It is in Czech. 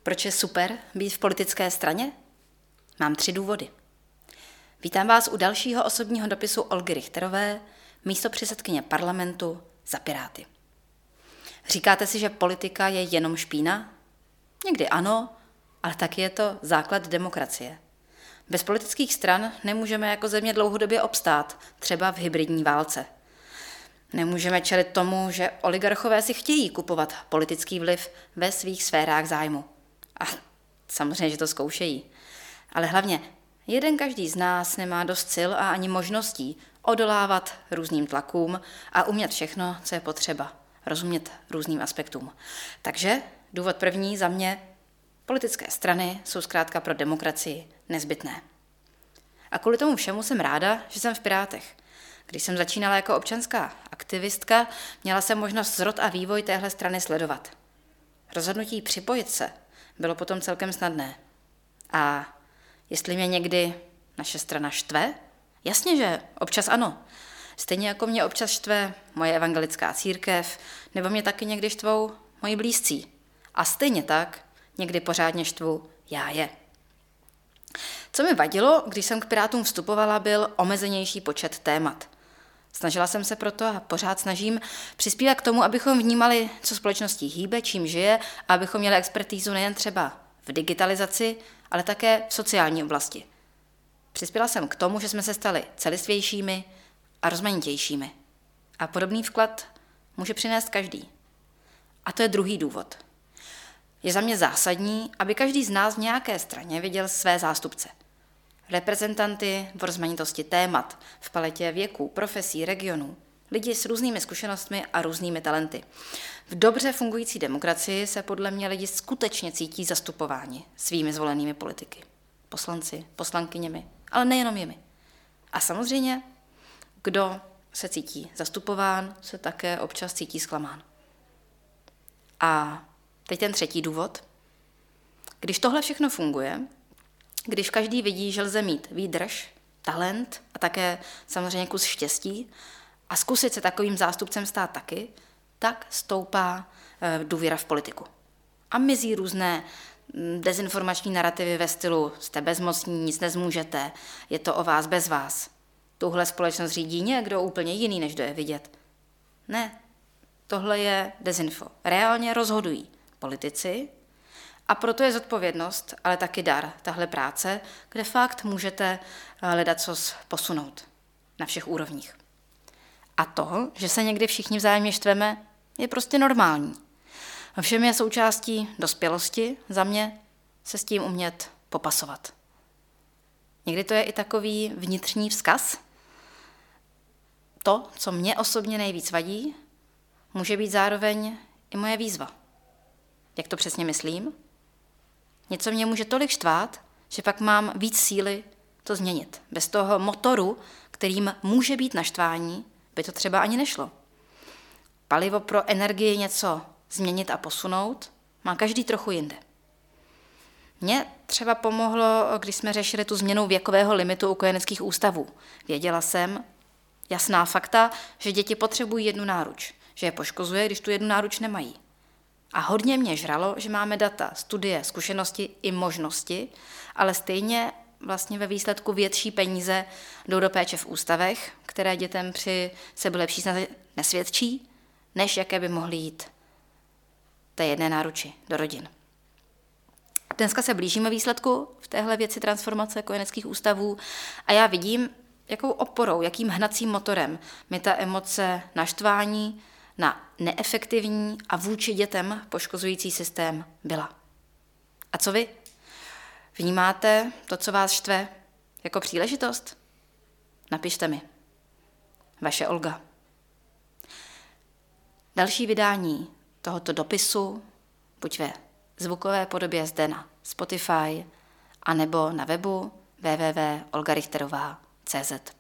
Proč je super být v politické straně? Mám 3 důvody. Vítám vás u dalšího osobního dopisu Olgy Richterové, místopředsedkyně parlamentu za Piráty. Říkáte si, že politika je jenom špína? Někdy ano, ale taky je to základ demokracie. Bez politických stran nemůžeme jako země dlouhodobě obstát, třeba v hybridní válce. Nemůžeme čelit tomu, že oligarchové si chtějí kupovat politický vliv ve svých sférách zájmu. A samozřejmě, že to zkoušejí. Ale hlavně, jeden každý z nás nemá dost sil a ani možností odolávat různým tlakům a umět všechno, co je potřeba. Rozumět různým aspektům. Takže důvod první za mě, politické strany jsou zkrátka pro demokracii nezbytné. A kvůli tomu všemu jsem ráda, že jsem v Pirátech. Když jsem začínala jako občanská aktivistka, měla jsem možnost zrod a vývoj téhle strany sledovat. Rozhodnutí připojit se bylo potom celkem snadné. A jestli mě někdy naše strana štve? Jasně, že občas ano. Stejně jako mě občas štve moje evangelická církev, nebo mě taky někdy štvou moji blízcí. A stejně tak někdy pořádně štvu já je. Co mi vadilo, když jsem k Pirátům vstupovala, byl omezenější počet témat. Snažila jsem se proto a pořád snažím přispívat k tomu, abychom vnímali, co společností hýbe, čím žije a abychom měli expertízu nejen třeba v digitalizaci, ale také v sociální oblasti. Přispěla jsem k tomu, že jsme se stali celistvějšími a rozmanitějšími. A podobný vklad může přinést každý. A to je druhý důvod. Je za mě zásadní, aby každý z nás v nějaké straně viděl své zástupce. Reprezentanty v rozmanitosti témat, v paletě věků, profesí, regionů, lidi s různými zkušenostmi a různými talenty. V dobře fungující demokracii se podle mě lidi skutečně cítí zastupováni svými zvolenými politiky. Poslanci, poslankyněmi, ale nejenom jimi. A samozřejmě, kdo se cítí zastupován, se také občas cítí zklamán. A teď ten třetí důvod. Když tohle všechno funguje, když každý vidí, že lze mít výdrž, talent a také samozřejmě kus štěstí a zkusit se takovým zástupcem stát taky, tak stoupá důvěra v politiku. A mizí různé dezinformační narrativy ve stylu jste bezmocní, nic nezmůžete, je to o vás bez vás. Tuhle společnost řídí někdo úplně jiný, než kdo je vidět. Ne, tohle je dezinfo. Reálně rozhodují politici a proto je zodpovědnost, ale taky dar, tahle práce, kde fakt můžete ledacos posunout na všech úrovních. A to, že se někdy všichni vzájemně štveme, je prostě normální. Ovšem je součástí dospělosti, za mě se s tím umět popasovat. Někdy to je i takový vnitřní vzkaz. To, co mě osobně nejvíc vadí, může být zároveň i moje výzva. Jak to přesně myslím? Něco mě může tolik štvát, že pak mám víc síly to změnit. Bez toho motoru, kterým může být naštvání, by to třeba ani nešlo. Palivo pro energii něco změnit a posunout má každý trochu jinde. Mně třeba pomohlo, když jsme řešili tu změnu věkového limitu u kojeneckých ústavů. Věděla jsem, jasná fakta, že děti potřebují jednu náruč, že je poškozuje, když tu jednu náruč nemají. A hodně mě žralo, že máme data, studie, zkušenosti i možnosti, ale stejně vlastně ve výsledku větší peníze jdou do péče v ústavech, které dětem při sebelepší snaze nesvědčí, než jaké by mohly jít té jedné náruči do rodin. Dneska se blížíme výsledku v téhle věci transformace kojeneckých ústavů a já vidím, jakou oporou, jakým hnacím motorem mi ta emoce naštvání na neefektivní a vůči dětem poškozující systém byla. A co vy? Vnímáte to, co vás štve, jako příležitost? Napište mi. Vaše Olga. Další vydání tohoto dopisu, buď ve zvukové podobě zde na Spotify, anebo na webu www.olgarichterová.cz.